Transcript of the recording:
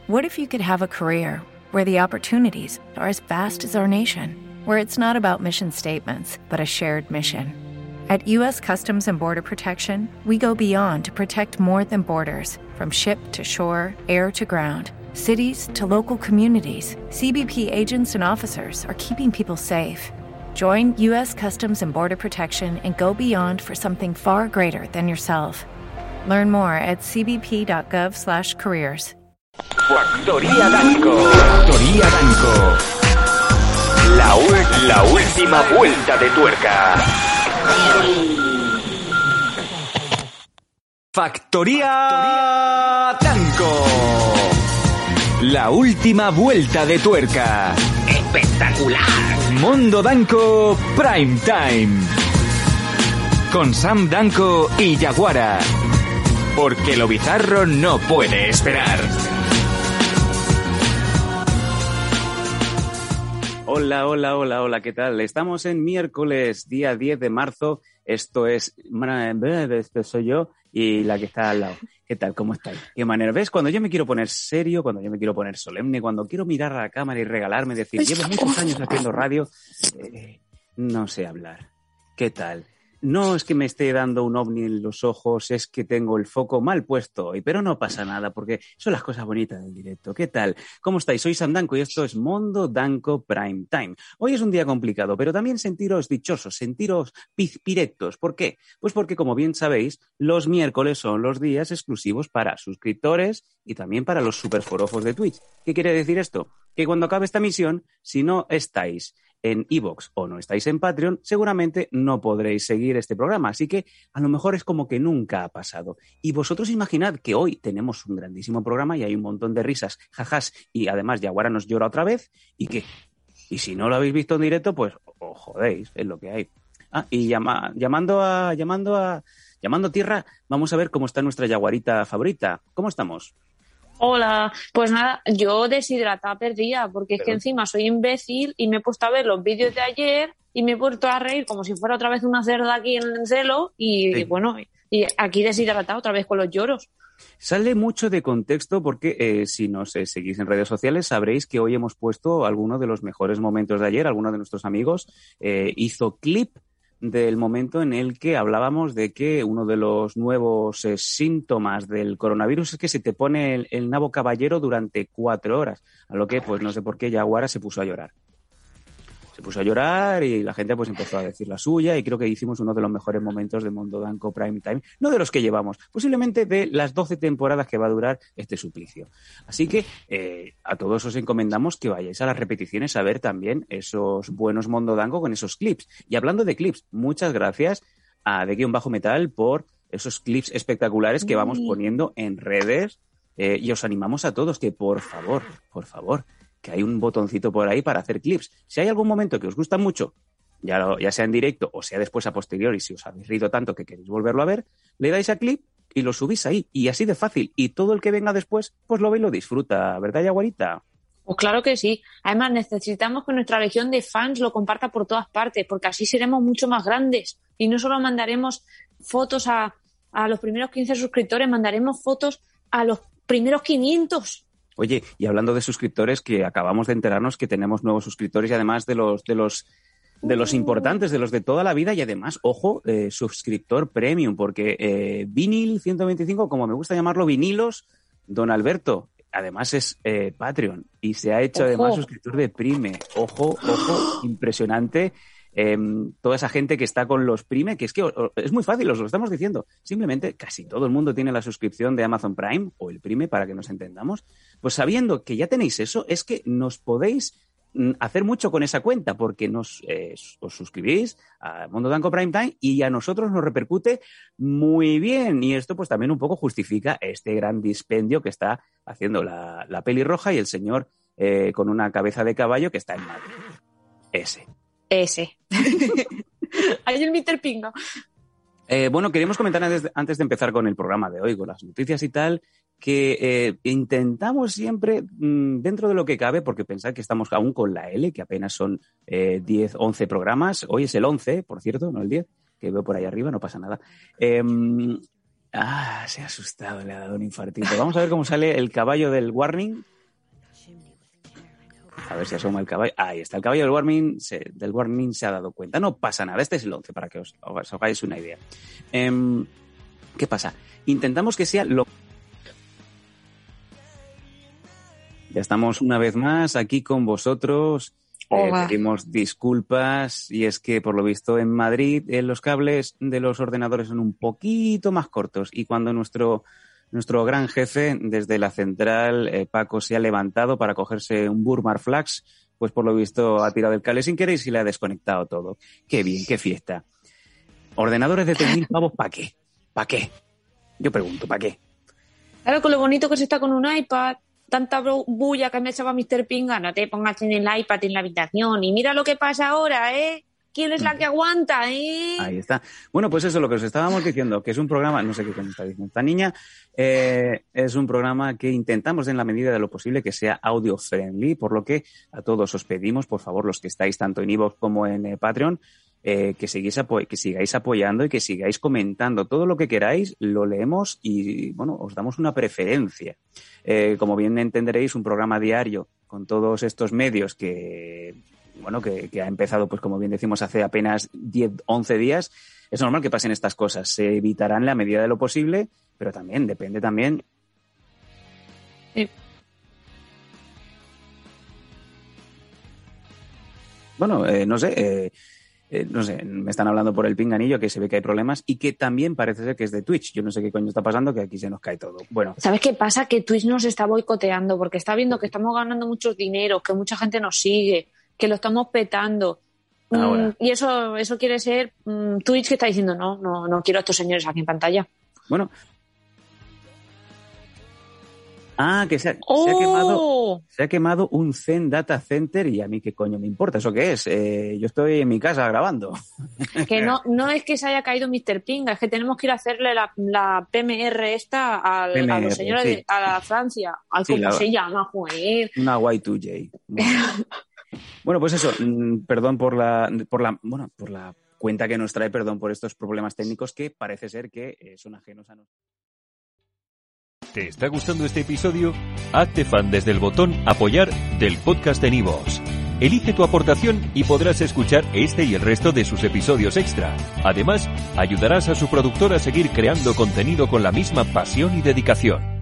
What if you could have a career where the opportunities are as vast as our nation, where it's not about mission statements, but a shared mission? At U.S. Customs and Border Protection, we go beyond to protect more than borders. From ship to shore, air to ground, cities to local communities, CBP agents and officers are keeping people safe. Join U.S. Customs and Border Protection and go beyond for something far greater than yourself. Learn more at cbp.gov/careers. Factoría Danco. Factoría Danco. La última vuelta de tuerca. Factoría Danco. La última vuelta de tuerca. Espectacular. Mondo Danco Prime Time. Con Sam Danco y Yaguara. Porque lo bizarro no puede esperar. Hola, ¿qué tal? Estamos en miércoles, día 10 de marzo. Esto soy yo y la que está al lado. ¿Qué tal? ¿Cómo estáis? ¿Qué manera? ¿Ves? Cuando yo me quiero poner serio, cuando yo me quiero poner solemne, cuando quiero mirar a la cámara y regalarme, decir, llevo muchos años haciendo radio, no sé hablar. ¿Qué tal? No es que me esté dando un ovni en los ojos, es que tengo el foco mal puesto hoy, pero no pasa nada porque son las cosas bonitas del directo. ¿Qué tal? ¿Cómo estáis? Soy Sam Danco y esto es Mondo Danco Prime Time. Hoy es un día complicado, pero también sentiros dichosos, sentiros pizpirectos. ¿Por qué? Pues porque, como bien sabéis, los miércoles son los días exclusivos para suscriptores y también para los superforofos de Twitch. ¿Qué quiere decir esto? Que cuando acabe esta misión, si no estáis en iVoox o no estáis en Patreon, seguramente no podréis seguir este programa. Así que a lo mejor es como que nunca ha pasado. Y vosotros imaginad que hoy tenemos un grandísimo programa y hay un montón de risas, jajas, y además Yaguara nos llora otra vez. ¿Y qué? Y si no lo habéis visto en directo, pues os jodéis, es lo que hay. Y llamando tierra, vamos a ver cómo está nuestra yaguarita favorita. ¿Cómo estamos? Hola, pues nada, yo deshidratada perdida, porque es que encima soy imbécil y me he puesto a ver los vídeos de ayer y me he puesto a reír como si fuera otra vez una cerda aquí en el celo y bueno, y aquí deshidratada otra vez con los lloros. Sale mucho de contexto porque si nos seguís en redes sociales sabréis que hoy hemos puesto algunos de los mejores momentos de ayer. Alguno de nuestros amigos hizo clip del momento en el que hablábamos de que uno de los nuevos síntomas del coronavirus es que se te pone el nabo caballero durante 4 horas, a lo que pues no sé por qué Yaguara se puso a llorar. Se puso a llorar y la gente pues empezó a decir la suya y creo que hicimos uno de los mejores momentos de Mondo Danco Prime Time, no de los que llevamos, posiblemente de las 12 temporadas que va a durar este suplicio. Así que a todos os encomendamos que vayáis a las repeticiones a ver también esos buenos Mondo Danco con esos clips. Y hablando de clips, muchas gracias a De_Metal por esos clips espectaculares que vamos poniendo en redes y os animamos a todos que por favor, que hay un botoncito por ahí para hacer clips. Si hay algún momento que os gusta mucho, ya sea en directo o sea después a posteriori, si os habéis reído tanto que queréis volverlo a ver, le dais a clip y lo subís ahí. Y así de fácil. Y todo el que venga después, pues lo ve y lo disfruta. ¿Verdad, Yaguarita? Pues claro que sí. Además, necesitamos que nuestra legión de fans lo comparta por todas partes, porque así seremos mucho más grandes. Y no solo mandaremos fotos a los primeros 15 suscriptores, mandaremos fotos a los primeros 500. Oye, y hablando de suscriptores, que acabamos de enterarnos que tenemos nuevos suscriptores y además de los importantes, de los de toda la vida y además, ojo, suscriptor premium, porque Vinil 125, como me gusta llamarlo, Vinilos, Don Alberto, además es Patreon y se ha hecho además suscriptor de Prime. Ojo, impresionante. Toda esa gente que está con los Prime, que es muy fácil, os lo estamos diciendo. Simplemente casi todo el mundo tiene la suscripción de Amazon Prime o el Prime para que nos entendamos. Pues sabiendo que ya tenéis eso, es que nos podéis hacer mucho con esa cuenta porque os suscribís a Mondo Danco Prime Time y a nosotros nos repercute muy bien. Y esto pues también un poco justifica este gran dispendio que está haciendo la pelirroja y el señor con una cabeza de caballo que está en Madrid. Ese. Ahí el Mr. Pingo. Bueno, queríamos comentar antes de empezar con el programa de hoy, con las noticias y tal, que intentamos siempre, dentro de lo que cabe, porque pensad que estamos aún con la L, que apenas son 10, 11 programas. Hoy es el 11, por cierto, no el 10, que veo por ahí arriba, no pasa nada. Se ha asustado, le ha dado un infartito. Vamos a ver cómo sale el caballo del warning. A ver si asoma el caballo. Ahí está, el caballo del warning se ha dado cuenta. No pasa nada, este es el 11, para que os hagáis una idea. ¿Qué pasa? Intentamos que sea lo... Ya estamos una vez más aquí con vosotros. Pedimos disculpas, y es que por lo visto en Madrid los cables de los ordenadores son un poquito más cortos, y cuando nuestro gran jefe desde la central, Paco, se ha levantado para cogerse un Burmar Flax, pues por lo visto ha tirado el cable sin querer y se le ha desconectado todo. Qué bien, qué fiesta. Ordenadores de 3.000 pavos, ¿para qué? ¿Para qué? Yo pregunto, ¿para qué? Claro, con lo bonito que se está con un iPad, tanta bulla que me echaba Mr. Pinga, no te pongas en el iPad en la habitación y mira lo que pasa ahora, ¿eh? ¿Quién es la que aguanta, eh? Ahí está. Bueno, pues eso es lo que os estábamos diciendo, que es un programa, no sé qué coño está diciendo esta niña, es un programa que intentamos en la medida de lo posible que sea audio friendly, por lo que a todos os pedimos, por favor, los que estáis tanto en iVoox como en Patreon, que sigáis apoyando y que sigáis comentando todo lo que queráis, lo leemos y, bueno, os damos una preferencia. Como bien entenderéis, un programa diario con todos estos medios que ha empezado, pues como bien decimos, hace apenas 10, 11 días, es normal que pasen estas cosas. Se evitarán en la medida de lo posible, pero también depende también... Bueno, no sé, me están hablando por el pinganillo que se ve que hay problemas y que también parece ser que es de Twitch. Yo no sé qué coño está pasando, que aquí se nos cae todo. Bueno. ¿Sabes qué pasa? Que Twitch nos está boicoteando porque está viendo que estamos ganando mucho dinero, que mucha gente nos sigue, que lo estamos petando. Y eso quiere ser Twitch que está diciendo no quiero a estos señores aquí en pantalla. Bueno. Que se ha quemado un Zen Data Center y a mí qué coño me importa, ¿eso qué es? Yo estoy en mi casa grabando. Que no es que se haya caído Mr. Pinga, es que tenemos que ir a hacerle la PMR esta a los señores sí. A la Francia. ¿Cómo se llama, joder? Una Y2J. Bueno, pues eso, perdón por la cuenta que nos trae, perdón por estos problemas técnicos que parece ser que son ajenos a nosotros. ¿Te está gustando este episodio? Hazte fan desde el botón Apoyar del podcast de iVoox. Elige tu aportación y podrás escuchar este y el resto de sus episodios extra. Además, ayudarás a su productor a seguir creando contenido con la misma pasión y dedicación.